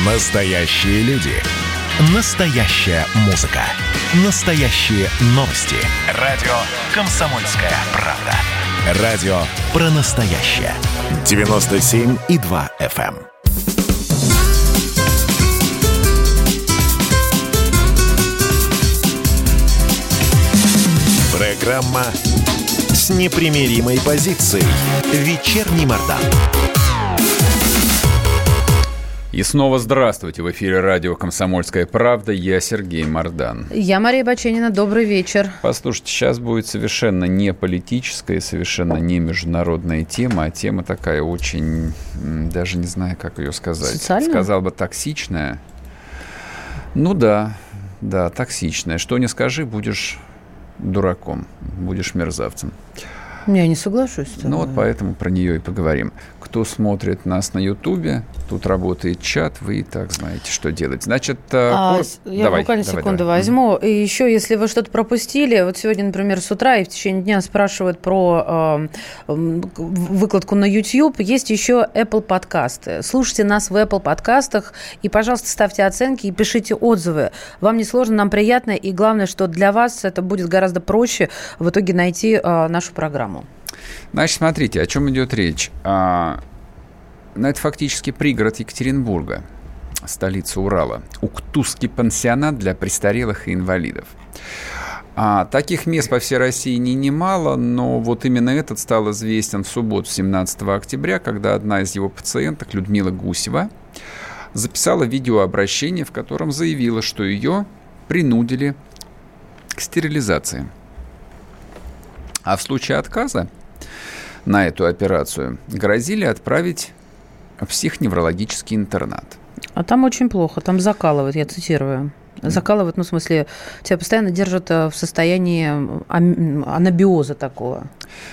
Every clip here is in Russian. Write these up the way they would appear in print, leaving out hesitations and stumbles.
Настоящие люди. Настоящая музыка. Настоящие новости. Радио «Комсомольская правда». Радио про настоящее. 97,2 FM. Программа с непримиримой позицией. Вечерний Мордан. И снова здравствуйте. В эфире радио «Комсомольская правда». Я Сергей Мордан. Я Мария Баченина. Добрый вечер. Послушайте, сейчас будет совершенно не политическая, совершенно не международная тема, а тема такая очень, даже не знаю, как ее сказать. Социальная? Сказал бы, токсичная. Ну да, токсичная. Что не скажи, будешь дураком, будешь мерзавцем. Я не соглашусь с тобой. Ну вот поэтому про нее и поговорим. Кто смотрит нас на Ютубе, тут работает чат, вы и так знаете, что делать. Значит, я буквально секунду возьму. И еще, если вы что-то пропустили, вот сегодня, например, с утра и в течение дня спрашивают про выкладку на YouTube, есть еще Apple подкасты. Слушайте нас в Apple подкастах и, пожалуйста, ставьте оценки и пишите отзывы. Вам не сложно, нам приятно, и главное, что для вас это будет гораздо проще в итоге найти нашу программу. Значит, смотрите, о чем идет речь. Это фактически пригород Екатеринбурга, столица Урала. Уктусский пансионат для престарелых и инвалидов. Таких мест по всей России немало, но вот именно этот стал известен в субботу, 17 октября, когда одна из его пациенток, Людмила Гусева, записала видеообращение, в котором заявила, что ее принудили к стерилизации. А в случае отказа на эту операцию грозили отправить в психоневрологический интернат. А там очень плохо, там закалывают, я цитирую. Закалывают, в смысле, тебя постоянно держат в состоянии анабиоза такого.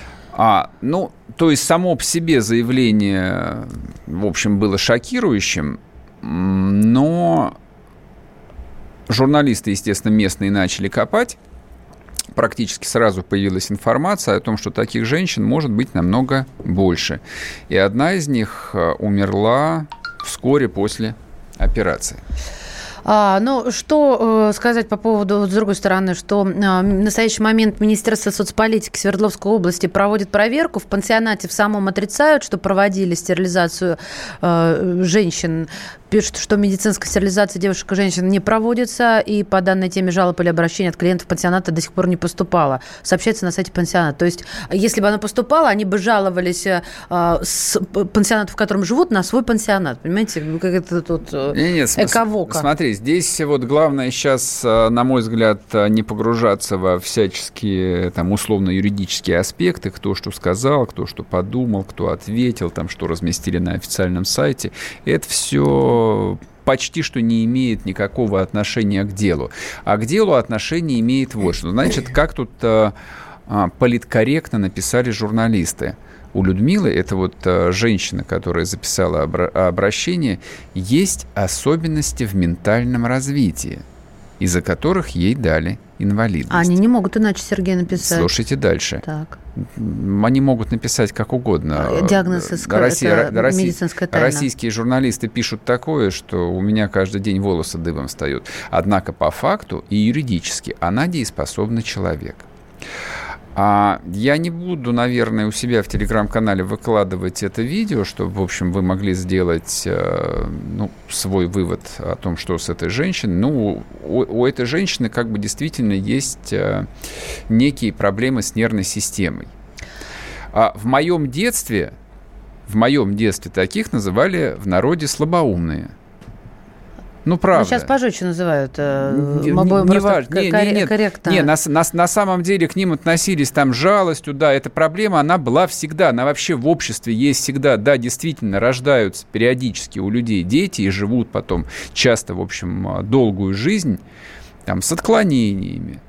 То есть само по себе заявление, в общем, было шокирующим, но журналисты, естественно, местные начали копать. Практически сразу появилась информация о том, что таких женщин может быть намного больше. И одна из них умерла вскоре после операции. Что сказать по поводу, с другой стороны, что в настоящий момент Министерство соцполитики Свердловской области проводит проверку. В пансионате в самом отрицают, что проводили стерилизацию женщин. Пишут, что медицинская стерилизация девушек и женщин не проводится, и по данной теме жалоб или обращений от клиентов пансионата до сих пор не поступало. Сообщается на сайте пансионата. То есть, если бы она поступала, они бы жаловались с пансионата, в котором живут, на свой пансионат. Понимаете, как это тут эковока. Смотри, здесь вот главное сейчас, на мой взгляд, не погружаться во всяческие там условно-юридические аспекты, кто что сказал, кто что подумал, кто ответил, там, что разместили на официальном сайте. Это все почти что не имеет никакого отношения к делу. А к делу отношение имеет вот что. Значит, как тут политкорректно написали журналисты. У Людмилы, это вот женщина, которая записала обращение, есть особенности в ментальном развитии, из-за которых ей дали инвалидность. Они не могут иначе, Сергей, написать. Слушайте дальше. Так. Они могут написать как угодно. Диагноз это медицинская тайна. Российские журналисты пишут такое, что у меня каждый день волосы дыбом встают. Однако по факту и юридически она дееспособный человек. Я не буду, наверное, у себя в телеграм-канале выкладывать это видео, чтобы, в общем, вы могли сделать свой вывод о том, что с этой женщиной. У этой женщины как бы действительно есть некие проблемы с нервной системой. В моем детстве таких называли в народе слабоумные. Правда. Сейчас пожестче называют. Корректно. На самом деле к ним относились там с жалостью. Да, эта проблема, она была всегда. Она вообще в обществе есть всегда. Да, действительно, рождаются периодически у людей дети и живут потом часто, в общем, долгую жизнь там, с отклонениями.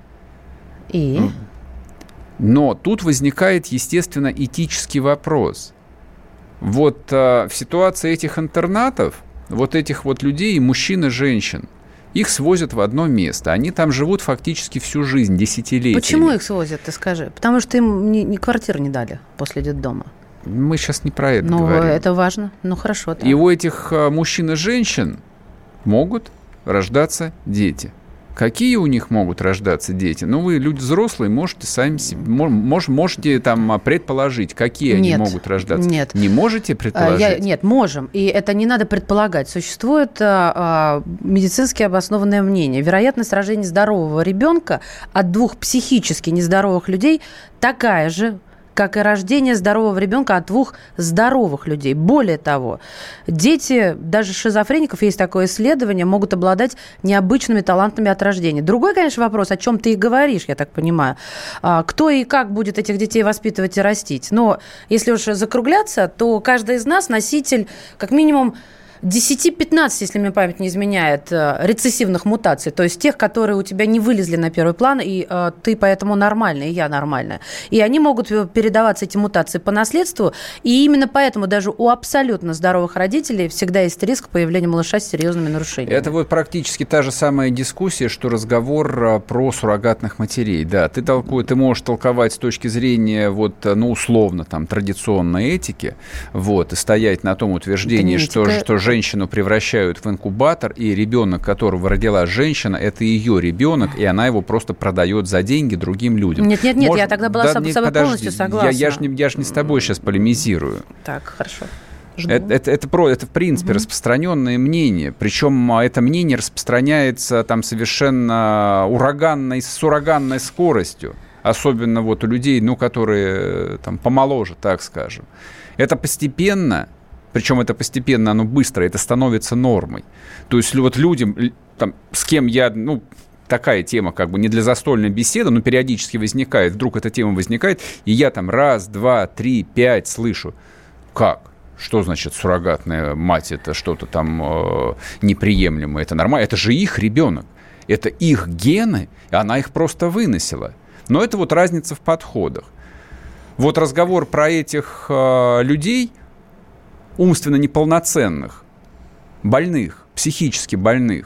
Но тут возникает, естественно, этический вопрос. Вот в ситуации этих интернатов вот этих вот людей, мужчин и женщин, их свозят в одно место. Они там живут фактически всю жизнь, десятилетиями. Почему их свозят, ты скажи? Потому что им ни квартиры не дали после детдома. Мы сейчас не про это говорим. Это важно. Хорошо. Так. И у этих мужчин и женщин могут рождаться дети. Какие у них могут рождаться дети? Ну, вы, люди взрослые, можете сами себе, можете там предположить, какие они могут рождаться. Нет. Не можете предположить? Нет, можем. И это не надо предполагать. Существует медицински обоснованное мнение. Вероятность рождения здорового ребенка от двух психически нездоровых людей такая же, как и рождение здорового ребенка от двух здоровых людей. Более того, дети, даже шизофреников, есть такое исследование, могут обладать необычными талантами от рождения. Другой, конечно, вопрос, о чем ты и говоришь, я так понимаю. Кто и как будет этих детей воспитывать и растить. Но если уж закругляться, то каждый из нас носитель как минимум 10-15, если мне память не изменяет, рецессивных мутаций, то есть тех, которые у тебя не вылезли на первый план, и ты поэтому нормальная, и я нормальная. И они могут передаваться, эти мутации, по наследству, и именно поэтому даже у абсолютно здоровых родителей всегда есть риск появления малыша с серьезными нарушениями. Это вот практически та же самая дискуссия, что разговор про суррогатных матерей. Да, ты можешь толковать с точки зрения, вот, ну, условно, там, традиционной этики, вот, и стоять на том утверждении, что женщину превращают в инкубатор, и ребенок, которого родила женщина, это ее ребенок, и она его просто продает за деньги другим людям. Нет, я тогда была с собой полностью согласна. Я ж не с тобой сейчас полемизирую. Так, хорошо. Это в принципе распространенное мнение. Причем это мнение распространяется там совершенно с ураганной скоростью. Особенно вот у людей, ну, которые там помоложе, так скажем. Это постепенно... Причем это постепенно, оно быстро, это становится нормой. То есть вот людям, там, с кем я, ну, такая тема как бы не для застольной беседы, но периодически возникает, вдруг эта тема возникает, и я там 1, 2, 3, 5 слышу. Как? Что значит суррогатная мать? Это что-то там неприемлемое, это нормально? Это же их ребенок, это их гены, и она их просто выносила. Но это вот разница в подходах. Вот разговор про этих людей, умственно неполноценных, больных, психически больных.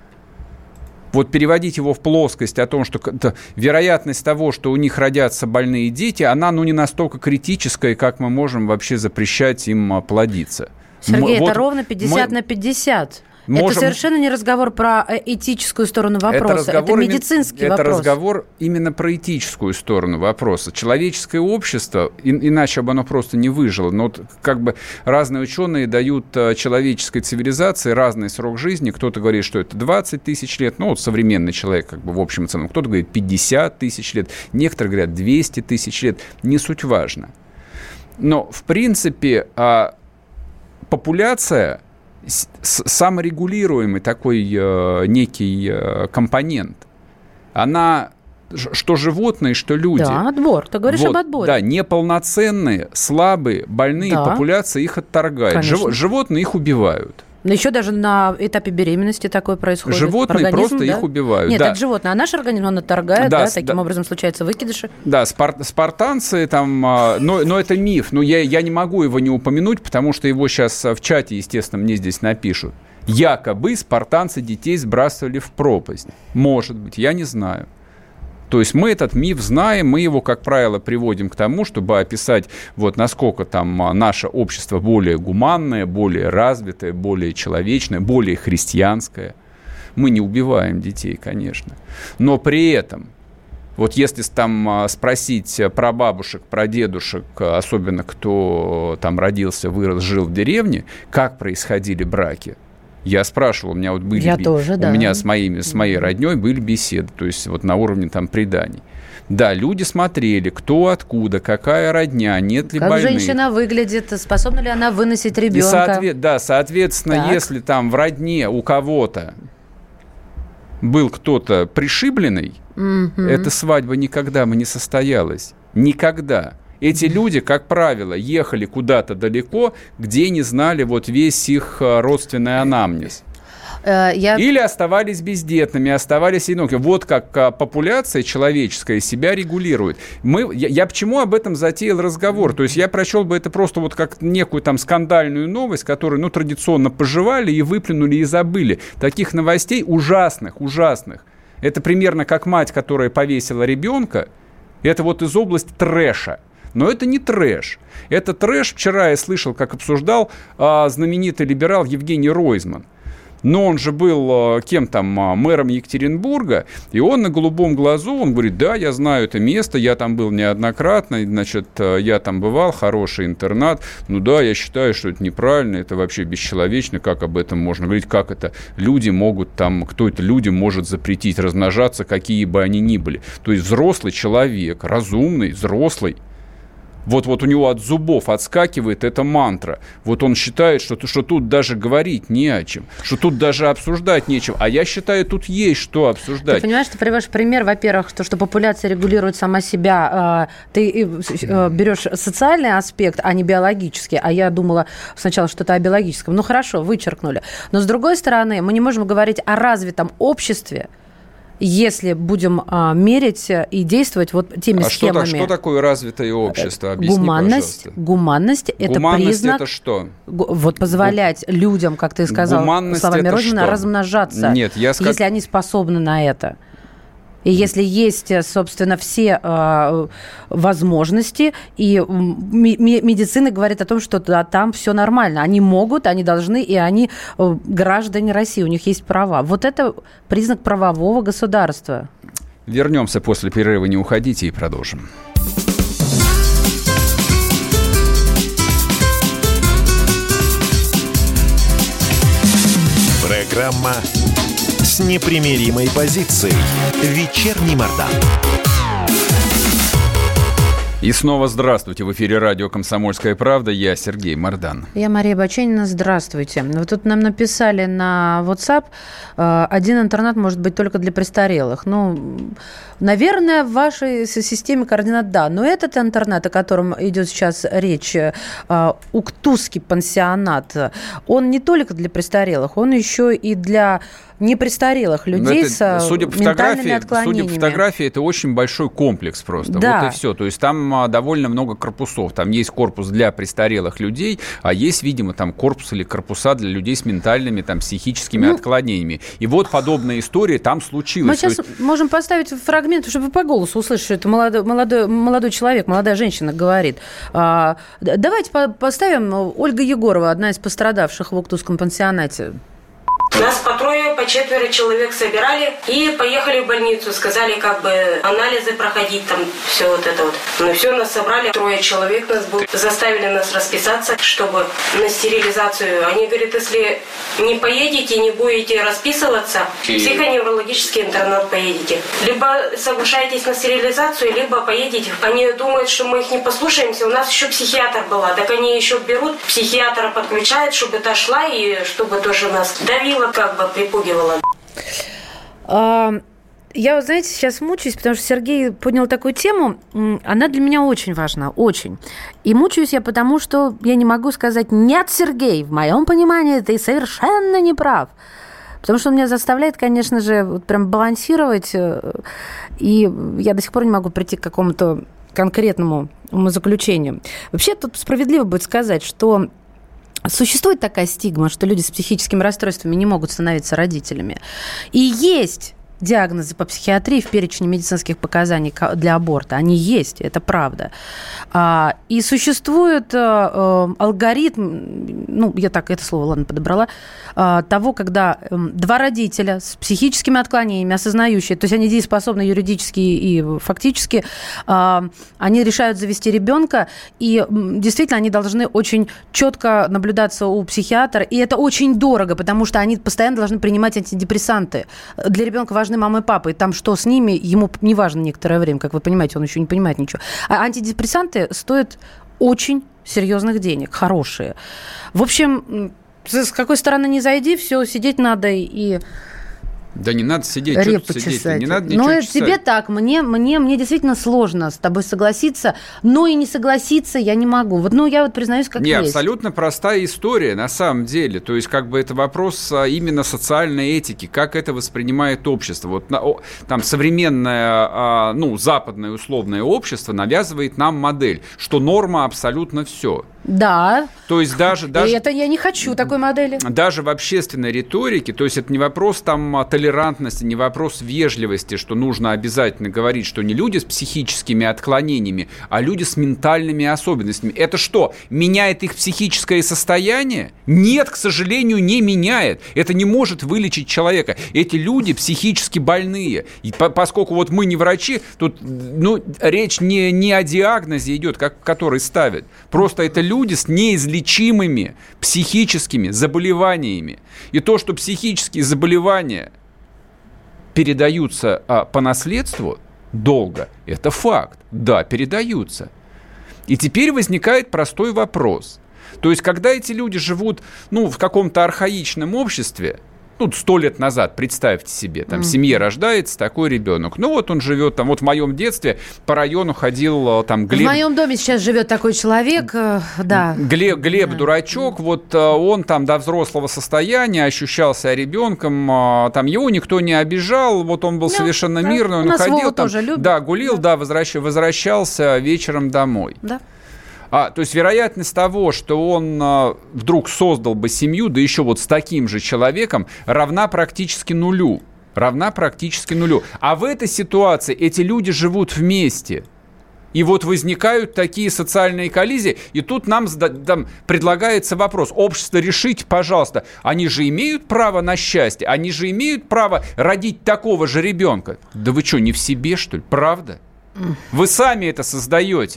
Вот переводить его в плоскость о том, что вероятность того, что у них родятся больные дети, она, ну, не настолько критическая, как мы можем вообще запрещать им плодиться. Сергей, это ровно 50/50. Это совершенно не разговор про этическую сторону вопроса. Это медицинский вопрос. Это разговор именно про этическую сторону вопроса. Человеческое общество, иначе бы оно просто не выжило. Но вот как бы разные ученые дают человеческой цивилизации разный срок жизни. Кто-то говорит, что это 20 тысяч лет. Ну, вот современный человек как бы в общем и целом. Кто-то говорит 50 тысяч лет. Некоторые говорят 200 тысяч лет. Не суть важно. Но, в принципе, популяция... саморегулируемый такой некий компонент. Она, что животные, что люди. Да, отбор. Ты говоришь об отборе. Да, неполноценные, слабые, больные популяции их отторгают. Животные их убивают. Но еще даже на этапе беременности такое происходит. Животные просто их убивают. Нет, это животное, а наш организм, он отторгает, таким образом случаются выкидыши. Да, спартанцы там, но это миф, но я не могу его не упомянуть, потому что его сейчас в чате, естественно, мне здесь напишут. Якобы спартанцы детей сбрасывали в пропасть. Может быть, я не знаю. То есть мы этот миф знаем, мы его, как правило, приводим к тому, чтобы описать, вот насколько там наше общество более гуманное, более развитое, более человечное, более христианское. Мы не убиваем детей, конечно. Но при этом, вот если там спросить про бабушек, про дедушек, особенно кто там родился, вырос, жил в деревне, как происходили браки, я спрашивал, у меня вот были... Я тоже, да. У меня с моей роднёй были беседы, то есть вот на уровне там преданий. Да, люди смотрели, кто откуда, какая родня, нет ли больных. Как женщина выглядит, способна ли она выносить ребенка. Соответственно, если там в родне у кого-то был кто-то пришибленный, эта свадьба никогда бы не состоялась. Никогда. Эти люди, как правило, ехали куда-то далеко, где не знали вот весь их родственный анамнез. Или оставались бездетными, оставались одинокими. Вот как популяция человеческая себя регулирует. Я почему об этом затеял разговор? То есть я прочел бы это просто вот как некую там скандальную новость, которую, ну, традиционно пожевали и выплюнули и забыли. Таких новостей ужасных. Это примерно как мать, которая повесила ребенка. Это вот из области трэша. Но это не трэш. Это трэш. Вчера я слышал, как обсуждал знаменитый либерал Евгений Ройзман. но он же был кем там, мэром Екатеринбурга, и он на голубом глазу, он говорит, да, я знаю это место, я там был неоднократно, значит, я там бывал, хороший интернат, ну да, я считаю, что это неправильно, это вообще бесчеловечно, как об этом можно говорить, как это люди могут там, кто это людям может запретить размножаться, какие бы они ни были. То есть взрослый человек, разумный, взрослый, вот у него от зубов отскакивает эта мантра. Вот он считает, что тут даже говорить не о чем, что тут даже обсуждать нечем. А я считаю, тут есть что обсуждать. Ты понимаешь, ты приводишь пример, во-первых, что популяция регулирует сама себя. Ты берешь социальный аспект, а не биологический. А я думала сначала что-то о биологическом. Ну хорошо, вычеркнули. Но с другой стороны, мы не можем говорить о развитом обществе, если будем мерить и действовать вот теми схемами. Что такое развитое общество? Объясни, пожалуйста. Гуманность – это признак… это что? Вот позволять людям, как ты сказал, словами Розина, размножаться, если они способны на это. И если есть, собственно, все возможности, и медицина говорит о том, что там все нормально. Они могут, они должны, и они граждане России, у них есть права. Вот это признак правового государства. Вернемся после перерыва, не уходите, и продолжим. Программа с непримиримой позицией. Вечерний Мордан. И снова здравствуйте. В эфире радио «Комсомольская правда». Я Сергей Мордан. Я Мария Баченина. Здравствуйте. Вы тут нам написали на WhatsApp, один интернат может быть только для престарелых. Ну, наверное, в вашей системе координат да. Но этот интернат, о котором идет сейчас речь, Уктусский пансионат, он не только для престарелых, он еще и для непрестарелых людей с ментальными отклонениями. Судя по фотографии, это очень большой комплекс просто. Да. Вот и все. То есть там довольно много корпусов. Там есть корпус для престарелых людей, а есть, видимо, там корпус или корпуса для людей с ментальными, там, психическими отклонениями. И вот подобная история там случилась. Мы сейчас можем поставить фрагмент, чтобы вы по голосу услышали, что это молодой человек, молодая женщина говорит. Давайте поставим Ольга Егорова, одна из пострадавших в Уктусском пансионате. Нас по трое, по четверо человек собирали и поехали в больницу. Сказали, как бы, анализы проходить, там, все вот это вот. Ну, все, нас собрали. 3 человек нас было. Заставили нас расписаться, чтобы на стерилизацию. Они говорят, если не поедете, не будете расписываться, в психоневрологический интернат поедете. Либо соглашаетесь на стерилизацию, либо поедете. Они думают, что мы их не послушаемся. У нас еще психиатр была. Так они еще берут, психиатра подключают, чтобы та шла и чтобы тоже нас давила, как бы припугивала. Я, вот, знаете, сейчас мучаюсь, потому что Сергей поднял такую тему. Она для меня очень важна, очень. И мучаюсь я потому, что я не могу сказать «нет, Сергей, в моем понимании ты совершенно не прав». Потому что он меня заставляет, конечно же, вот прям балансировать. И я до сих пор не могу прийти к какому-то конкретному умозаключению. Вообще, тут справедливо будет сказать, что существует такая стигма, что люди с психическими расстройствами не могут становиться родителями. И есть диагнозы по психиатрии в перечне медицинских показаний для аборта. Они есть, это правда. И существует алгоритм, ну, я так это слово, ладно, подобрала, того, когда 2 родителя с психическими отклонениями, осознающие, то есть они дееспособны юридически и фактически, они решают завести ребенка, и действительно они должны очень четко наблюдаться у психиатра, и это очень дорого, потому что они постоянно должны принимать антидепрессанты. Для ребенка важны мама и папа, и там что с ними, ему не важно некоторое время, как вы понимаете, он еще не понимает ничего. А антидепрессанты стоят очень серьезных денег, хорошие. В общем, с какой стороны не зайди, все, сидеть надо и... Да не надо сидеть, что-то сидеть, не надо ничего чесать. Тебе так, мне действительно сложно с тобой согласиться, но и не согласиться я не могу. Вот, ну, я вот признаюсь, как есть. Абсолютно простая история, на самом деле. То есть, как бы это вопрос именно социальной этики, как это воспринимает общество. Вот там современное, ну, западное условное общество навязывает нам модель, что норма абсолютно все. Да. То есть даже... И это я не хочу такой модели. Даже в общественной риторике, то есть это не вопрос там толерантности, толерантности, не вопрос вежливости, что нужно обязательно говорить, что не люди с психическими отклонениями, а люди с ментальными особенностями. Это что, меняет их психическое состояние? Нет, к сожалению, не меняет. Это не может вылечить человека. Эти люди психически больные. И поскольку вот мы не врачи, тут речь не о диагнозе идет, который ставят. Просто это люди с неизлечимыми психическими заболеваниями. И то, что психические заболевания передаются по наследству долго, это факт. Да, передаются. И теперь возникает простой вопрос. То есть, когда эти люди живут, в каком-то архаичном обществе, 100 лет назад, представьте себе, там в семье рождается такой ребенок. Вот он живет там, вот в моем детстве по району ходил там Глеб. В моем доме сейчас живет такой человек, да. Глеб дурачок, вот он там до взрослого состояния ощущался ребенком, там его никто не обижал, вот он был совершенно мирный, он ходил там, гулил, возвращался вечером домой. Да. То есть вероятность того, что он вдруг создал бы семью, да еще вот с таким же человеком, равна практически нулю. А в этой ситуации эти люди живут вместе. И вот возникают такие социальные коллизии, и тут нам предлагается вопрос. Общество, решите, пожалуйста, они же имеют право на счастье, они же имеют право родить такого же ребенка. Да вы что, не в себе, что ли? Правда? Вы сами это создаете.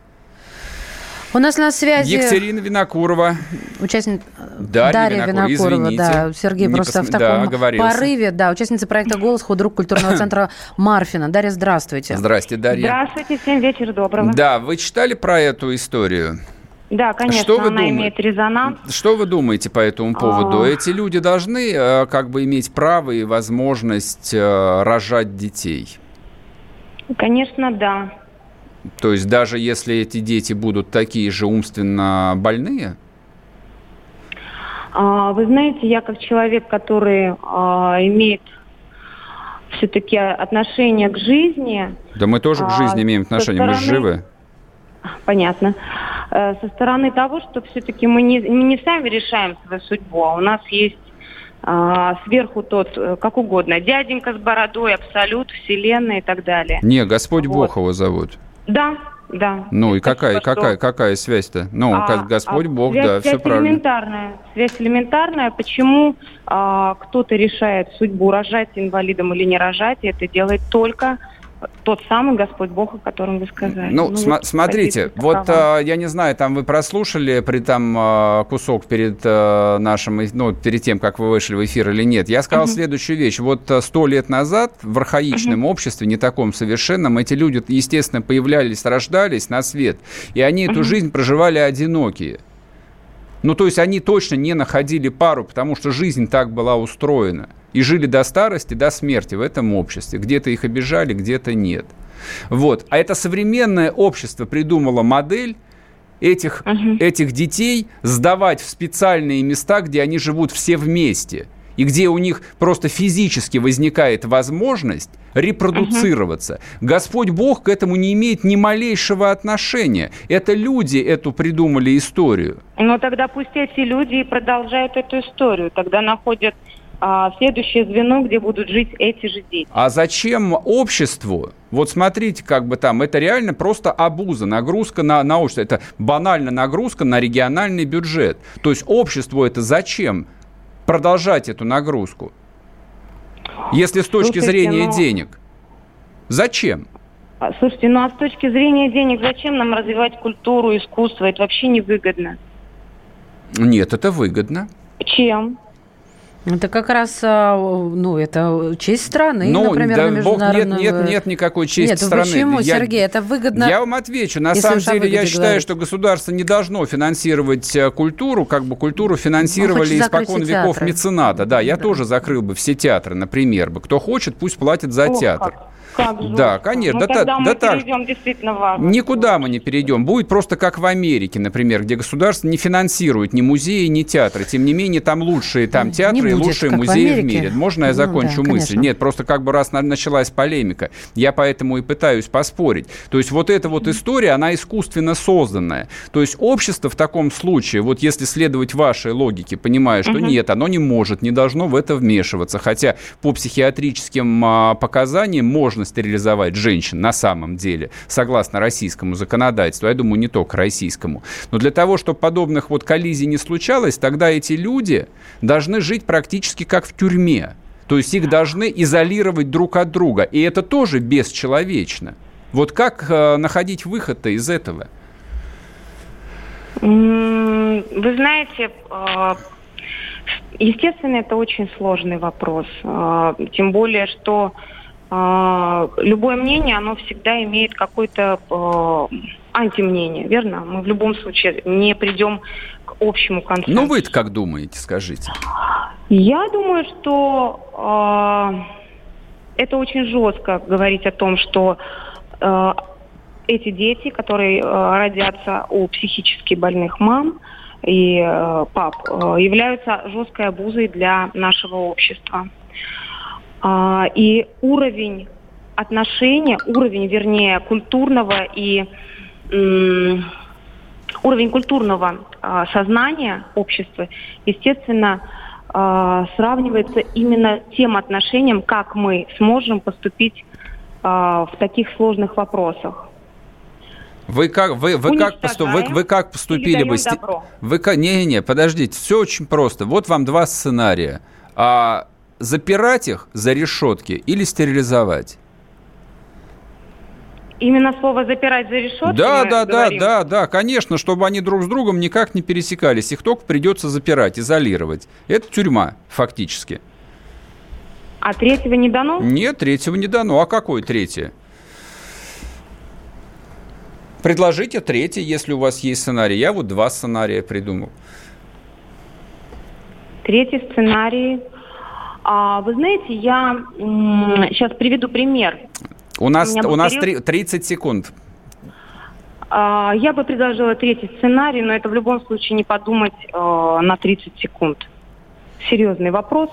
У нас на связи Екатерина Винокурова. Участница Дарья Винокурова, да. Сергей просто в таком порыве. Да, участница проекта «Голос», худрук культурного центра Марфина. Дарья, здравствуйте. Здравствуйте, Дарья. Здравствуйте, всем вечера доброго. Да, вы читали про эту историю? Да, конечно, она имеет резонанс. Что вы думаете по этому поводу? Эти люди должны иметь право и возможность рожать детей? Конечно, да. То есть даже если эти дети будут такие же умственно больные? Вы знаете, я как человек, который имеет все-таки отношение к жизни... Да мы тоже к жизни имеем отношение, мы живы. Понятно. Со стороны того, что все-таки мы не сами решаем свою судьбу, а у нас есть сверху тот, как угодно, дяденька с бородой, абсолют, вселенная и так далее. Не, Господь Бог его зовут. Да. И какая связь-то? Господь Бог, да, все правильно. Связь элементарная. Почему кто-то решает судьбу, рожать инвалидом или не рожать, и это делает только тот самый Господь Бог, о котором вы сказали. Смотрите, вот я не знаю, там вы прослушали кусок перед перед тем, как вы вышли в эфир или нет. Я сказал следующую вещь. Вот 100 лет назад в архаичном обществе, не таком совершенном, эти люди, естественно, рождались на свет, и они эту жизнь проживали одинокие. То есть они точно не находили пару, потому что жизнь так была устроена. И жили до старости, до смерти в этом обществе. Где-то их обижали, где-то нет. Вот. А это современное общество придумало модель этих детей сдавать в специальные места, где они живут все вместе. И где у них просто физически возникает возможность репродуцироваться. Господь Бог к этому не имеет ни малейшего отношения. Это люди эту придумали историю. Тогда пусть эти люди и продолжают эту историю. Тогда находят следующее звено, где будут жить эти же дети. А зачем обществу? Вот смотрите, это реально просто абуза, нагрузка на общество. Это банально нагрузка на региональный бюджет. То есть обществу это зачем продолжать эту нагрузку? Если с точки зрения денег. Зачем? Слушайте, а с точки зрения денег зачем нам развивать культуру, искусство? Это вообще невыгодно. Нет, это выгодно. Чем? Это как раз, это честь страны, например, на международную... Нет никакой чести страны. Почему, Сергей? Это выгодно... Я вам отвечу. На самом деле, я считаю, что государство не должно финансировать культуру, культуру финансировали испокон веков мецената. Да, я тоже закрыл бы все театры, например. Кто хочет, пусть платит за театр. Как жестко? Да, конечно. Тогда мы перейдем действительно в ад. Никуда мы не перейдем. Будет просто как в Америке, например, где государство не финансирует ни музеи, ни театры. Тем не менее, там лучшие театры и лучшие музеи в мире. Можно я закончу мысль? Конечно. Нет, просто как бы раз началась полемика, я поэтому и пытаюсь поспорить. То есть вот эта вот история, она искусственно созданная. То есть общество в таком случае, вот если следовать вашей логике, понимая, что нет, оно не может, не должно в это вмешиваться. Хотя по психиатрическим показаниям можно стерилизовать женщин на самом деле, согласно российскому законодательству, я думаю, не только российскому. Но для того, чтобы подобных вот коллизий не случалось, тогда эти люди должны жить практически как в тюрьме. То есть их должны изолировать друг от друга. И это тоже бесчеловечно. Вот как находить выход-то из этого? Вы знаете, естественно, это очень сложный вопрос. Тем более, что любое мнение, оно всегда имеет какое-то антимнение, верно? Мы в любом случае не придем к общему консенсусу. Ну, вы-то как думаете, скажите? Я думаю, что это очень жестко говорить о том, что эти дети, которые родятся у психически больных мам и пап, являются жесткой обузой для нашего общества. И уровень отношения, вернее, культурного и уровень культурного сознания общества, естественно, сравнивается именно тем отношением, как мы сможем поступить в таких сложных вопросах. Вы как поступили бы? Не, подождите, все очень просто. Вот вам два сценария. Запирать их за решетки или стерилизовать? Именно слово «запирать за решетки»? Да, конечно, чтобы они друг с другом никак не пересекались. Их только придется запирать, изолировать. Это тюрьма, фактически. А третьего не дано? Нет, третьего не дано. А какое третье? Предложите третье, если у вас есть сценарий. Я вот два сценария придумал. Третий сценарий. Вы знаете, я сейчас приведу пример. У нас 30 секунд. Я бы предложила третий сценарий, но это в любом случае не подумать на 30 секунд. Серьезный вопрос.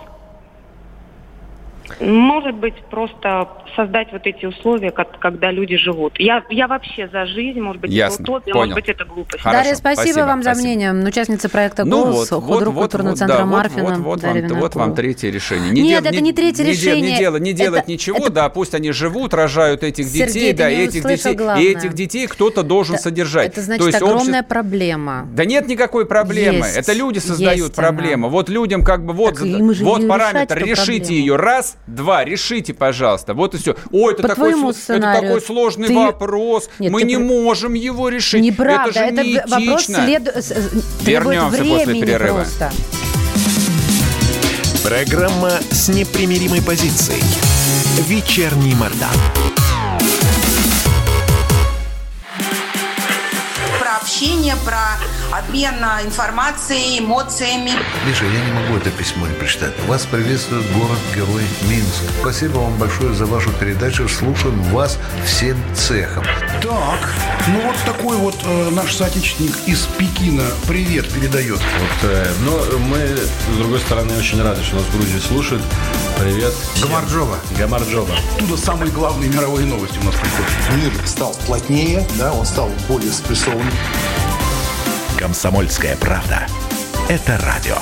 Может быть, просто создать вот эти условия, когда люди живут. Я вообще за жизнь, может быть, ясно, это утопия, понял. может быть, это глупость. Хорошо, Дарья, спасибо вам за мнение. Участница проекта «Голос», худрук культурного центра Марфина. Вот вам третье решение. Это не третье решение. Не делать ничего, пусть они живут, рожают этих детей, и этих детей кто-то должен содержать. Это значит огромная проблема. Да нет никакой проблемы. Это люди создают проблему. Вот людям вот параметр, решите ее раз, два, решите, пожалуйста. Вот и все. Ой, это такой сложный вопрос. Мы не можем его решить. Неправда. Это же неэтично. Вернемся после перерыва. Просто. Программа с непримиримой позицией. Вечерний Мардан. Про общение, про обмен информацией, эмоциями. Миша, я не могу это письмо не прочитать. Вас приветствует город-герой Минск. Спасибо вам большое за вашу передачу. Слушаем вас всем цехом. Так, вот такой вот наш соотечественник из Пекина привет передает. Но мы, с другой стороны, очень рады, что нас в Грузии слушают. Привет. Гамарджоба. Оттуда самые главные мировые новости у нас приходят. Мир стал плотнее, он стал более спрессованным. «Комсомольская правда». Это радио.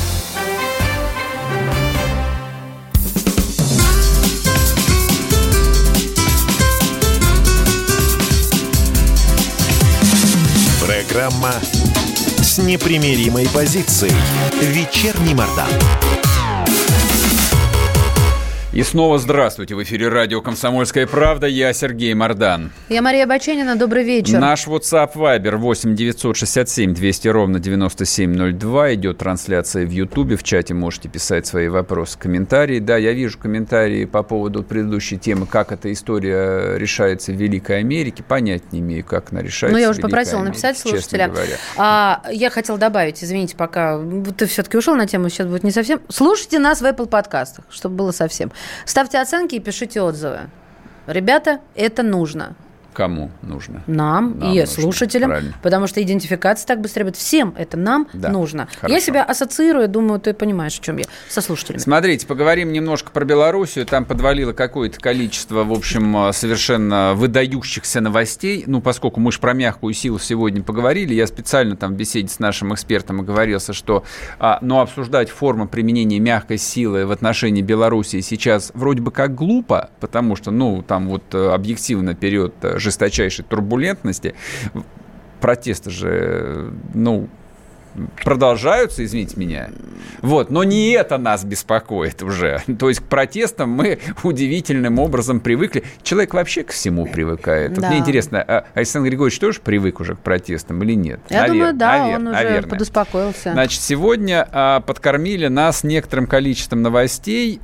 Программа с непримиримой позицией. Вечерний Мардан. И снова здравствуйте. В эфире радио «Комсомольская правда». Я Сергей Мардан. Я Мария Баченина. Добрый вечер. Наш WhatsApp Viber 8 967 200 ровно 9702. Идет трансляция в Ютубе. В чате можете писать свои вопросы, комментарии. Да, я вижу комментарии по поводу предыдущей темы, как эта история решается в Великой Америке. Понять не имею, как она решается. Я уже попросила написать слушателя. Я хотела добавить, извините, пока ты все-таки ушел на тему, сейчас будет не совсем. Слушайте нас в Apple подкастах, чтобы было совсем. Ставьте оценки и пишите отзывы. Ребята, это нужно. Кому нужно? Нам и нужно. Слушателям, правильно. Потому что идентификация так быстрее будет. Всем это нам нужно. Хорошо. Я себя ассоциирую, думаю, ты понимаешь, о чем я, со слушателями. Смотрите, поговорим немножко про Белоруссию. Там подвалило какое-то количество, в общем, совершенно выдающихся новостей. Ну, поскольку мы же про мягкую силу сегодня поговорили, я специально там в беседе с нашим экспертом оговорился, что обсуждать форму применения мягкой силы в отношении Белоруссии сейчас вроде бы как глупо, потому что, там вот объективно период жесточайшей турбулентности. Протесты же, продолжаются, извините меня. Вот, но не это нас беспокоит уже. То есть к протестам мы удивительным образом привыкли. Человек вообще ко всему привыкает. Да. Вот мне интересно, Александр Григорьевич тоже привык уже к протестам или нет? Я думаю, да, он уже подуспокоился. Значит, сегодня подкормили нас некоторым количеством новостей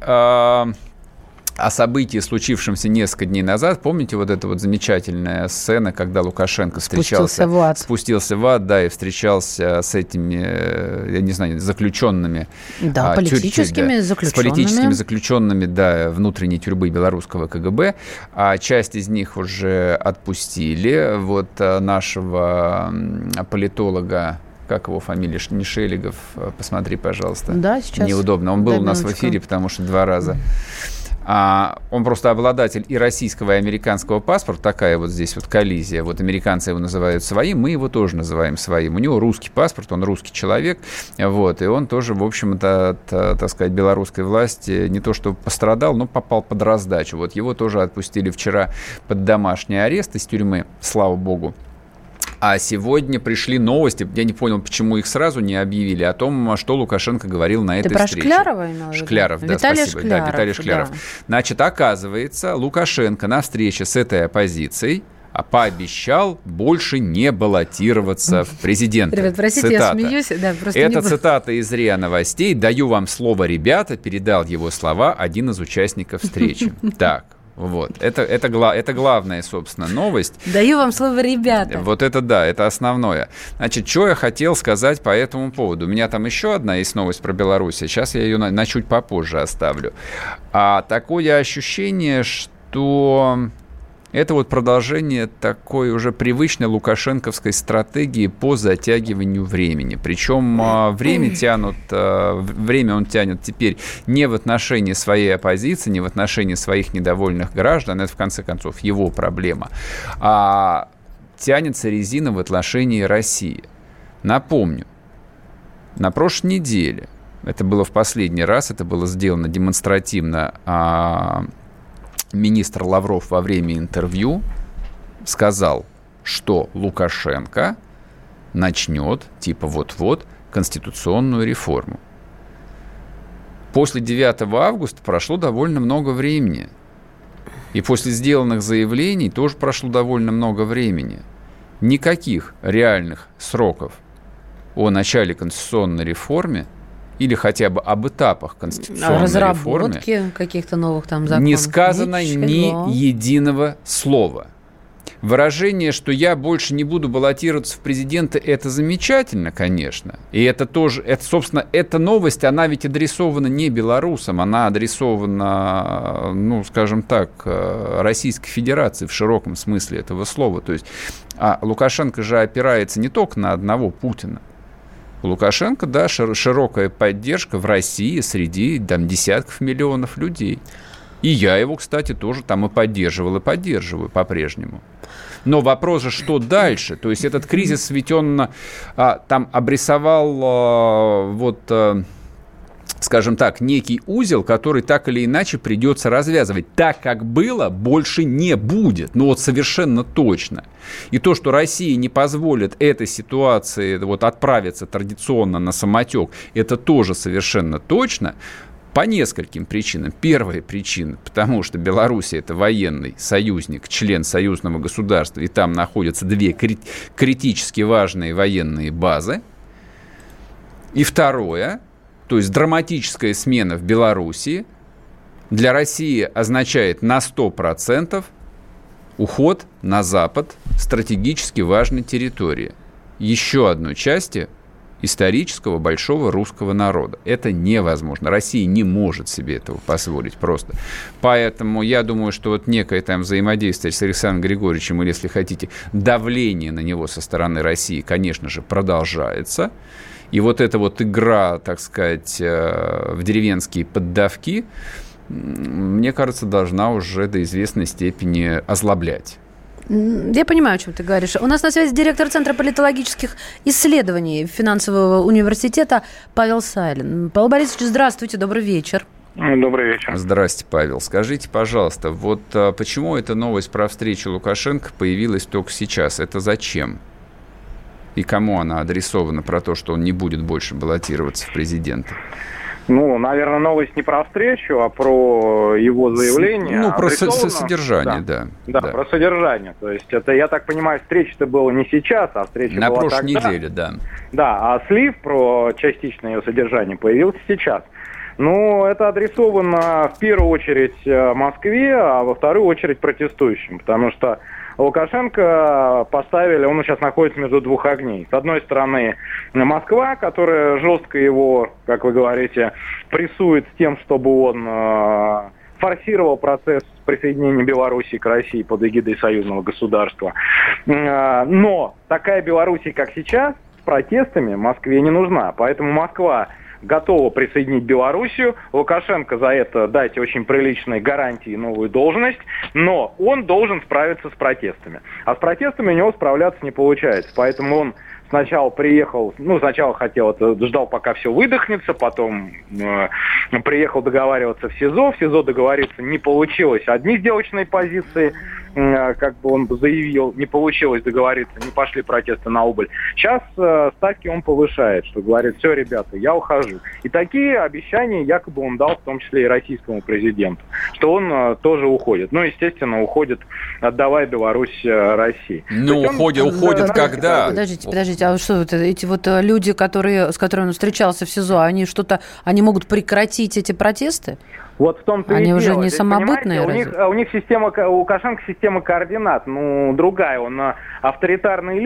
о событии, случившемся несколько дней назад. Помните вот эта вот замечательная сцена, когда Лукашенко спустился в ад, да, и встречался с этими, я не знаю, заключенными. Да, политическими заключенными. С политическими заключенными, да, внутренней тюрьмы белорусского КГБ. А часть из них уже отпустили. Вот нашего политолога, как его фамилия, не Шелегов, посмотри, пожалуйста. Да, сейчас. Неудобно. Он был у нас в эфире, потому что 2 раза. Он просто обладатель и российского, и американского паспорта. Такая вот здесь вот коллизия. Вот американцы его называют своим, мы его тоже называем своим. У него русский паспорт, он русский человек. Вот, и он тоже, в общем-то, от, так сказать, белорусской власти не то что пострадал, но попал под раздачу. Вот его тоже отпустили вчера под домашний арест из тюрьмы, слава богу. А сегодня пришли новости, я не понял, почему их сразу не объявили, о том, что Лукашенко говорил на этой встрече. Ты про Шклярова имел в виду? Шкляров, да, Виталий спасибо. Шкляров, да, Виталий Шкляров. Да. Значит, оказывается, Лукашенко на встрече с этой оппозицией пообещал больше не баллотироваться в президенты. Ребят, простите, цитата. Я смеюсь. Да, просто это цитата из РИА Новостей. «Даю вам слово, ребята», передал его слова один из участников встречи. Так. Вот. Это главная, собственно, новость. Даю вам слово, ребята. Вот это да, это основное. Значит, что я хотел сказать по этому поводу? У меня там еще одна есть новость про Беларусь. Сейчас я ее на чуть попозже оставлю. Такое ощущение, что это вот продолжение такой уже привычной лукашенковской стратегии по затягиванию времени. Причем время он тянет теперь не в отношении своей оппозиции, не в отношении своих недовольных граждан, это в конце концов его проблема, а тянется резина в отношении России. Напомню, на прошлой неделе, это было в последний раз, это было сделано демонстративно, министр Лавров во время интервью сказал, что Лукашенко начнет, типа вот-вот, конституционную реформу. После 9 августа прошло довольно много времени. И после сделанных заявлений тоже прошло довольно много времени. Никаких реальных сроков о начале конституционной реформы или хотя бы об этапах конституционной реформы разработки каких-то новых там законов не сказано ни единого слова. Выражение, что я больше не буду баллотироваться в президенты, это замечательно, конечно. И это тоже, собственно, эта новость, она ведь адресована не белорусам, она адресована, скажем так, Российской Федерации в широком смысле этого слова. То есть Лукашенко же опирается не только на одного Путина. У Лукашенко, да, широкая поддержка в России среди десятков миллионов людей. И я его, кстати, тоже там и поддерживал, и поддерживаю по-прежнему. Но вопрос же, что дальше? То есть этот кризис, ведь он там обрисовал скажем так, некий узел, который так или иначе придется развязывать. Так, как было, больше не будет. Совершенно точно. И то, что Россия не позволит этой ситуации отправиться традиционно на самотек, это тоже совершенно точно. По нескольким причинам. Первая причина, потому что Белоруссия – это военный союзник, член союзного государства, и там находятся 2 критически важные военные базы. И второе, то есть драматическая смена в Белоруссии для России означает на 100% уход на запад стратегически важной территории. Еще одной части исторического большого русского народа. Это невозможно. Россия не может себе этого позволить просто. Поэтому я думаю, что вот некое там взаимодействие с Александром Григорьевичем, или, если хотите, давление на него со стороны России, конечно же, продолжается. И вот эта вот игра, так сказать, в деревенские поддавки, мне кажется, должна уже до известной степени озлоблять. Я понимаю, о чем ты говоришь. У нас на связи директор Центра политологических исследований Финансового университета Павел Сайлин. Павел Борисович, здравствуйте, добрый вечер. Добрый вечер. Здрасте, Павел. Скажите, пожалуйста, вот почему эта новость про встречу Лукашенко появилась только сейчас? Это зачем? И кому она адресована про то, что он не будет больше баллотироваться в президенты? Ну, наверное, новость не про встречу, а про его заявление. Ну, про содержание, да. Да, про содержание. То есть это, я так понимаю, встреча-то была не сейчас, а встреча на была прошлой тогда. неделе, да. Да, а слив про частичное ее содержание появился сейчас. Ну, это адресовано в первую очередь Москве, а во вторую очередь протестующим, потому что Лукашенко поставили, он сейчас находится между двух огней. С одной стороны, Москва, которая жестко его, как вы говорите, прессует с тем, чтобы он форсировал процесс присоединения Белоруссии к России под эгидой союзного государства. Но такая Белоруссия, как сейчас, с протестами Москве не нужна. Поэтому Москва готова присоединить Белоруссию. Лукашенко за это дать очень приличные гарантии и новую должность, но он должен справиться с протестами. А с протестами у него справляться не получается. Поэтому он сначала приехал, сначала ждал, пока все выдохнется, потом приехал договариваться в СИЗО договориться не получилось. Одни сделочные позиции, как бы он заявил, не получилось договориться, не пошли протесты на убыль. Сейчас ставки он повышает, что говорит: все, ребята, я ухожу. И такие обещания якобы он дал, в том числе и российскому президенту, что он тоже уходит. Ну, естественно, уходит, отдавая Беларусь России. Ну, уходит когда? Подождите, а что это, эти вот люди, с которыми он встречался в СИЗО, они могут прекратить эти протесты? Вот в том-то они и уже дело. не Здесь, самобытные? У них у Лукашенко система координат, другая. Он авторитарный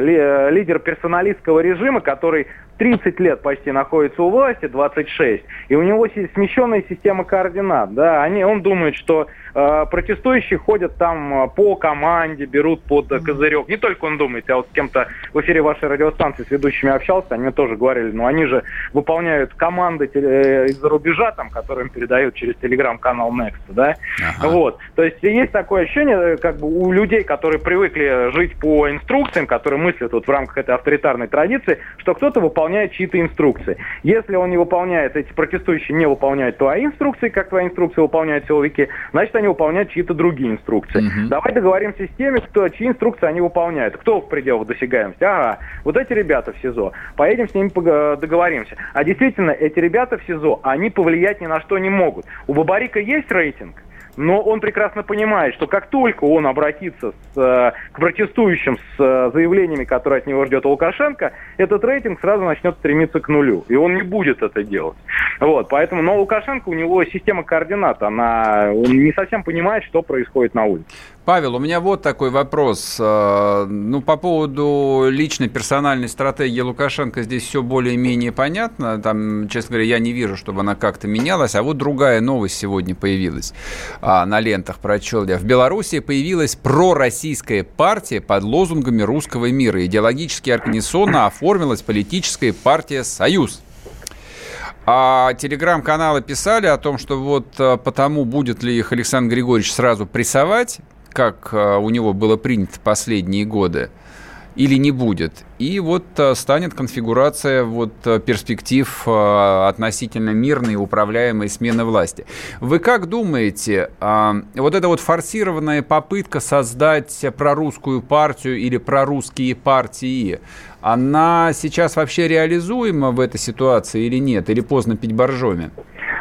лидер персоналистского режима, который 30 лет почти находится у власти, 26, и у него смещенная система координат. Да? Он думает, что протестующие ходят там по команде, берут под козырек. Не только он думает, я вот с кем-то в эфире вашей радиостанции с ведущими общался, они мне тоже говорили, они же выполняют команды из-за рубежа, которые им передают через телеграм-канал Next, да? Ага. Вот. То есть есть такое ощущение, как бы у людей, которые привыкли жить по инструкциям, которые мыслят в рамках этой авторитарной традиции, что кто-то выполняет чьи-то инструкции. Если он не выполняет, эти протестующие не выполняют твои инструкции, как твои инструкции выполняют силовики, значит, они выполняют чьи-то другие инструкции. Угу. Давай договоримся с теми, чьи инструкции они выполняют. Кто в пределах досягаемости? Ага, вот эти ребята в СИЗО. Поедем с ними договоримся. А действительно, эти ребята в СИЗО, они повлиять ни на что не могут. У Бабарика есть рейтинг, но он прекрасно понимает, что как только он обратится к протестующим с заявлениями, которые от него ждет Лукашенко, этот рейтинг сразу начнет стремиться к нулю. И он не будет это делать. Вот, поэтому, но Лукашенко, у него система координат, он не совсем понимает, что происходит на улице. Павел, у меня вот такой вопрос. По поводу личной персональной стратегии Лукашенко здесь все более-менее понятно. Там, честно говоря, я не вижу, чтобы она как-то менялась. А вот другая новость сегодня появилась. На лентах прочел я. В Беларуси появилась пророссийская партия под лозунгами русского мира. Идеологически и организационно оформилась политическая партия «Союз». А телеграм-каналы писали о том, что вот потому, будет ли их Александр Григорьевич сразу прессовать, как у него было принято последние годы, или не будет. И вот станет конфигурация перспектив относительно мирной и управляемой смены власти. Вы как думаете, вот эта форсированная попытка создать прорусскую партию или прорусские партии, она сейчас вообще реализуема в этой ситуации или нет? Или поздно пить боржоми?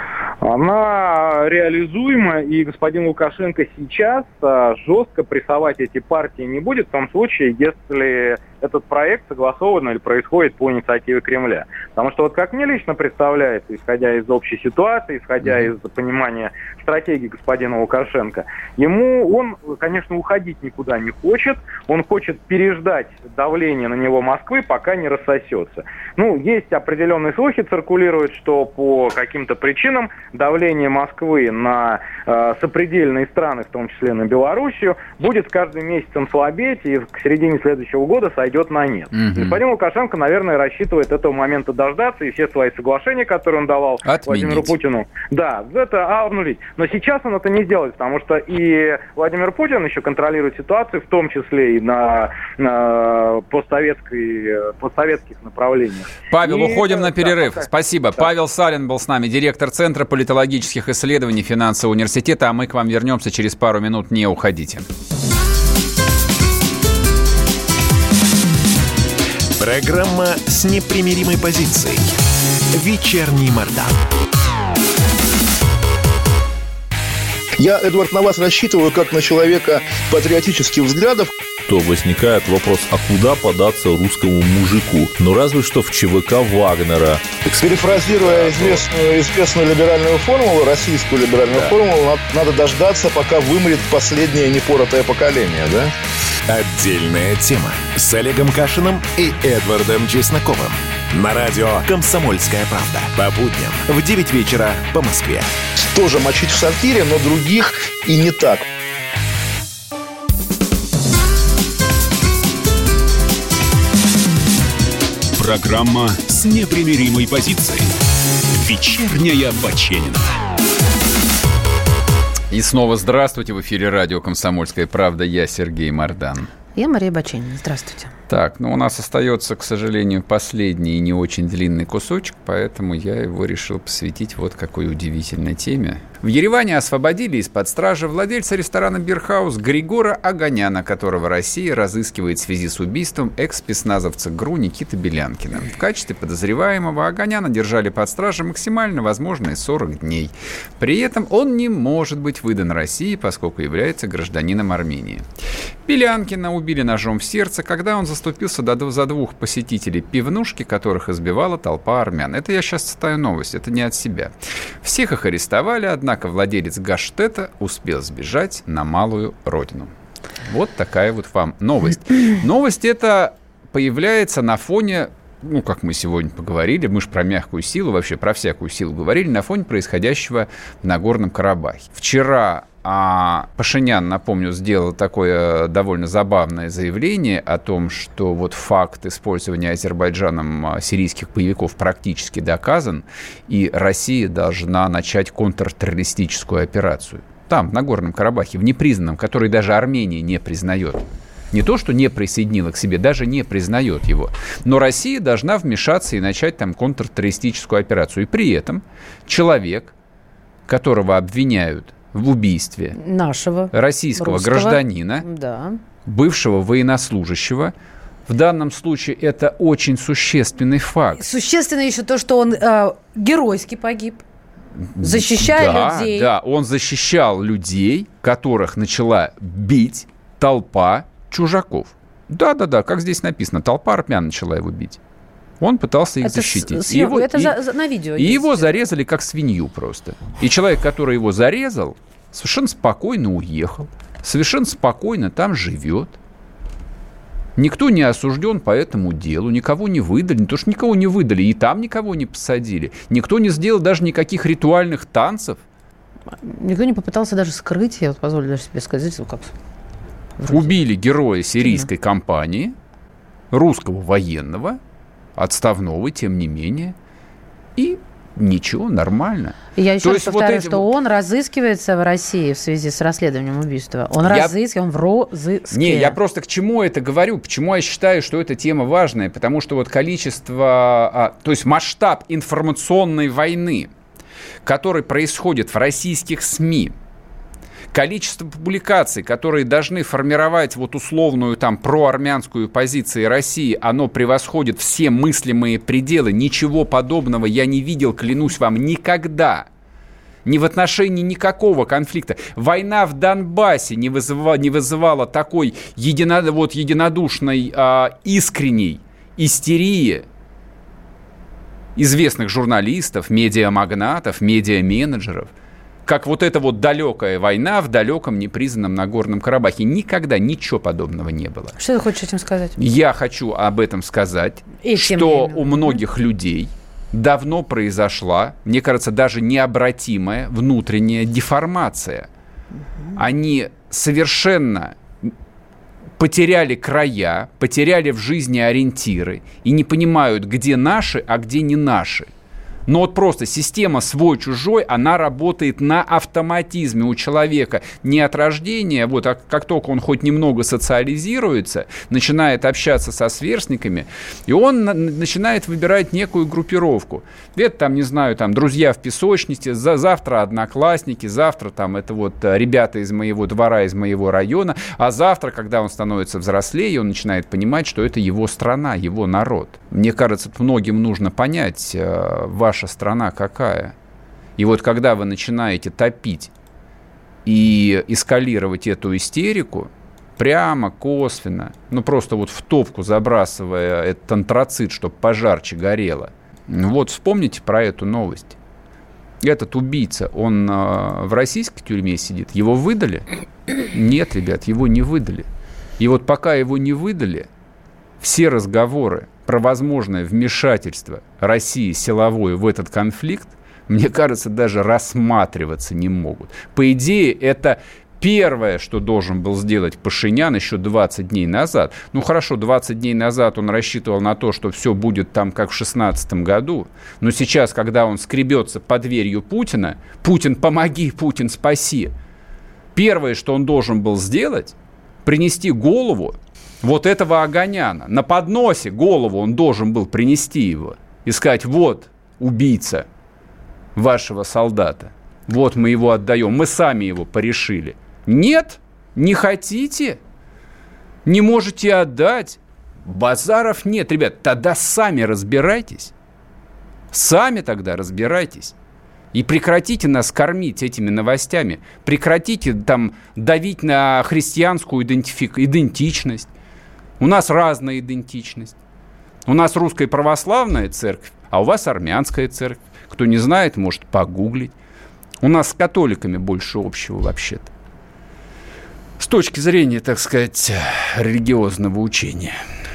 Она реализуема, и господин Лукашенко сейчас жестко прессовать эти партии не будет, в том случае, если этот проект согласован или происходит по инициативе Кремля. Потому что вот как мне лично представляется, исходя из общей ситуации, исходя из понимания стратегии господина Лукашенко, он, конечно, уходить никуда не хочет, он хочет переждать давление на него Москвы, пока не рассосется. Есть определенные слухи, циркулируют, что по каким-то причинам давление Москвы на сопредельные страны, в том числе на Белоруссию, будет с каждым месяцем слабеть и к середине следующего года сойдет на нет. Господин Лукашенко, наверное, рассчитывает этого момента дождаться и все свои соглашения, которые он давал Владимиру Путину, это обнулить. Но сейчас он это не сделает, потому что и Владимир Путин еще контролирует ситуацию, в том числе и на постсоветских направлениях. Павел, уходим на перерыв. Спасибо. Да. Павел Сарин был с нами, директор Центра политологических исследований Финансового университета, а мы к вам вернемся через пару минут. Не уходите. Программа с непримиримой позицией. Вечерний Мардан. Я, Эдвард, на вас рассчитываю как на человека патриотических взглядов. То возникает вопрос, а куда податься русскому мужику? Разве что в ЧВК Вагнера. Перефразируя известную либеральную формулу, российскую либеральную формулу, надо дождаться, пока вымрет последнее непоротое поколение, да? Отдельная тема с Олегом Кашиным и Эдвардом Чесноковым. На радио «Комсомольская правда». По будням в 9 вечера по Москве. Тоже мочить в сортире, но других и не так. Программа с непримиримой позицией. Вечерняя Баченина. И снова здравствуйте. В эфире радио «Комсомольская правда». Я Сергей Мардан. Я Мария Баченина. Здравствуйте. Так, у нас остается, к сожалению, последний и не очень длинный кусочек, поэтому я его решил посвятить вот какой удивительной теме. В Ереване освободили из-под стражи владельца ресторана «Бирхаус» Григора Оганяна, которого Россия разыскивает в связи с убийством экс-спецназовца ГРУ Никиты Белянкина. В качестве подозреваемого Оганяна держали под стражей максимально возможные 40 дней. При этом он не может быть выдан России, поскольку является гражданином Армении. Белянкина убили ножом в сердце, когда он заступился за двух посетителей пивнушки, которых избивала толпа армян. Это я сейчас цитаю новость, это не от себя. Всех их арестовали, однако владелец Гаштета успел сбежать на малую родину. Вот такая вот вам новость. Новость эта появляется на фоне, как мы сегодня поговорили, мы же про мягкую силу, вообще про всякую силу говорили, на фоне происходящего в Нагорном Карабахе. Вчера Пашинян, напомню, сделал такое довольно забавное заявление о том, что вот факт использования Азербайджаном сирийских боевиков практически доказан, и Россия должна начать контртеррористическую операцию. Там, в Нагорном Карабахе, в непризнанном, который даже Армения не признает. Не то, что не присоединила к себе, даже не признает его. Но Россия должна вмешаться и начать там контртеррористическую операцию. И при этом человек, которого обвиняют в убийстве нашего российского русского гражданина, бывшего военнослужащего. В данном случае это очень существенный факт. Существенно еще то, что он геройски погиб, защищая людей. Да, он защищал людей, которых начала бить толпа чужаков. Да, как здесь написано, толпа армян начала его бить. Он пытался их защитить. На видео и его зарезали как свинью просто. И человек, который его зарезал, совершенно спокойно уехал. Совершенно спокойно там живет. Никто не осужден по этому делу. Никого не выдали. Не то, что никого не выдали. И там никого не посадили. Никто не сделал даже никаких ритуальных танцев. Никто не попытался даже скрыть. Я позволю даже себе сказать, как... Убили героя сирийской кампании, русского военного, отставного, тем не менее, и ничего, нормально. Я еще раз повторяю, что он разыскивается в России в связи с расследованием убийства. Он в розыске. Не, я просто к чему это говорю, почему я считаю, что эта тема важная, потому что вот количество, то есть масштаб информационной войны, который происходит в российских СМИ, количество публикаций, которые должны формировать вот условную там проармянскую позицию России, оно превосходит все мыслимые пределы. Ничего подобного я не видел, клянусь вам, никогда. ни в отношении никакого конфликта. Война в Донбассе не вызывала такой единодушной, искренней истерии известных журналистов, медиамагнатов, медиаменеджеров, как вот эта вот далекая война в далеком непризнанном Нагорном Карабахе. Никогда ничего подобного не было. Что ты хочешь этим сказать? Я хочу об этом сказать, что у многих людей давно произошла, мне кажется, даже необратимая внутренняя деформация. Они совершенно потеряли края, потеряли в жизни ориентиры и не понимают, где наши, а где не наши. Но вот просто система свой-чужой, она работает на автоматизме у человека не от рождения, вот, а как только он хоть немного социализируется, начинает общаться со сверстниками, и он начинает выбирать некую группировку. Это там, не знаю, там друзья в песочнице, завтра одноклассники, завтра там это вот ребята из моего двора, из моего района, а завтра, когда он становится взрослее, он начинает понимать, что это его страна, его народ. Мне кажется, многим нужно понять, ваша страна какая. И вот когда вы начинаете топить и эскалировать эту истерику, прямо, косвенно, ну просто вот в топку забрасывая этот антрацит, чтобы пожарче горело, вот вспомните про эту новость. Этот убийца, он в российской тюрьме сидит. Его выдали? Нет, ребят, его не выдали. И вот пока его не выдали, все разговоры про возможное вмешательство России силовое в этот конфликт, мне кажется, даже рассматриваться не могут. По идее, это первое, что должен был сделать Пашинян еще 20 дней назад. Ну хорошо, 20 дней назад он рассчитывал на то, что все будет там, как в 2016 году. Но сейчас, когда он скребется под дверью Путина, Путин, помоги, Путин, спаси. Первое, что он должен был сделать, принести голову вот этого Оганяна. На подносе голову он должен был принести его и сказать: вот убийца вашего солдата, вот мы его отдаем, мы сами его порешили. Нет, не хотите, не можете отдать, базаров нет, ребят, тогда сами разбирайтесь, сами тогда разбирайтесь. И прекратите нас кормить этими новостями, прекратите там давить на христианскую идентичность. У нас разная идентичность. У нас русская православная церковь, а у вас армянская церковь. Кто не знает, может погуглить. У нас с католиками больше общего вообще-то. С точки зрения, так сказать, религиозного учения.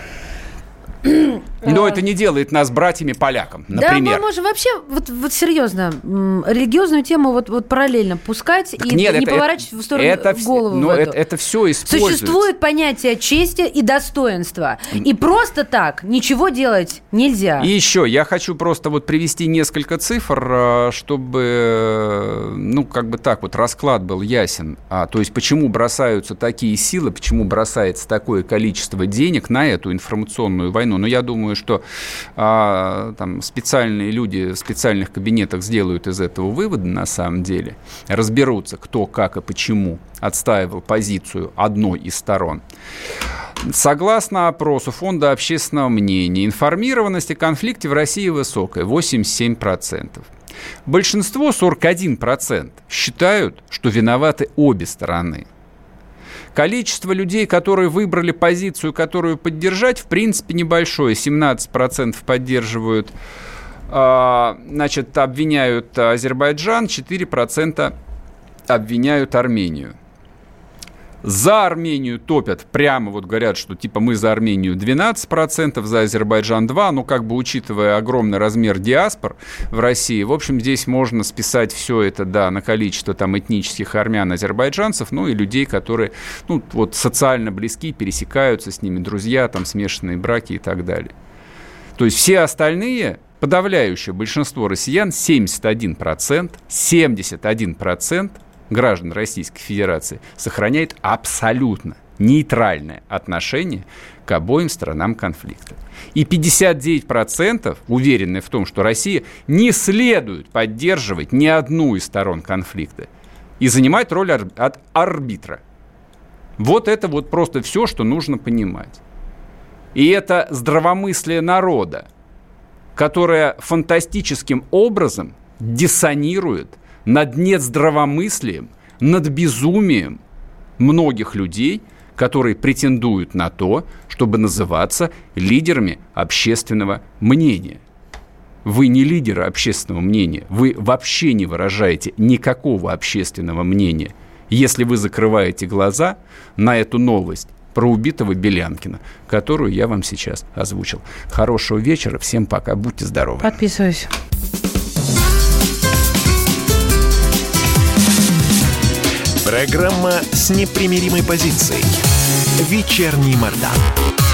Но это не делает нас братьями-полякам, например. Да, мы можем вообще, вот серьезно, религиозную тему вот параллельно пускать так и не поворачивать в сторону голову. Но это все используется. Существует понятие чести и достоинства. И просто так ничего делать нельзя. И еще я хочу просто вот привести несколько цифр, чтобы, ну, как бы так вот расклад был ясен. То есть, почему бросаются такие силы, почему бросается такое количество денег на эту информационную войну. Но я думаю, что там специальные люди в специальных кабинетах сделают из этого выводы на самом деле, разберутся, кто, как и почему отстаивал позицию одной из сторон. Согласно опросу Фонда общественного мнения, информированность о конфликте в России высокая, 87%. Большинство, 41%, считают, что виноваты обе стороны. Количество людей, которые выбрали позицию, которую поддержать, в принципе, небольшое. 17% поддерживают, значит, обвиняют Азербайджан, 4% обвиняют Армению. За Армению топят, прямо вот говорят, что типа мы за Армению 12%, за Азербайджан 2%, ну как бы учитывая огромный размер диаспор в России, в общем, здесь можно списать все это, да, на количество там этнических армян, азербайджанцев, ну и людей, которые, ну вот социально близки, пересекаются с ними, друзья, там смешанные браки и так далее. То есть все остальные, подавляющее большинство россиян, 71% граждан Российской Федерации сохраняет абсолютно нейтральное отношение к обоим сторонам конфликта. И 59% уверены в том, что Россия не следует поддерживать ни одну из сторон конфликта и занимать роль арбитра. Вот это вот просто все, что нужно понимать. И это здравомыслие народа, которое фантастическим образом диссонирует над нездравомыслием, над безумием многих людей, которые претендуют на то, чтобы называться лидерами общественного мнения. Вы не лидеры общественного мнения, вы вообще не выражаете никакого общественного мнения, если вы закрываете глаза на эту новость про убитого Белянкина, которую я вам сейчас озвучил. Хорошего вечера, всем пока, будьте здоровы. Подписываюсь. Программа с непримиримой позицией. Вечерний Мордан.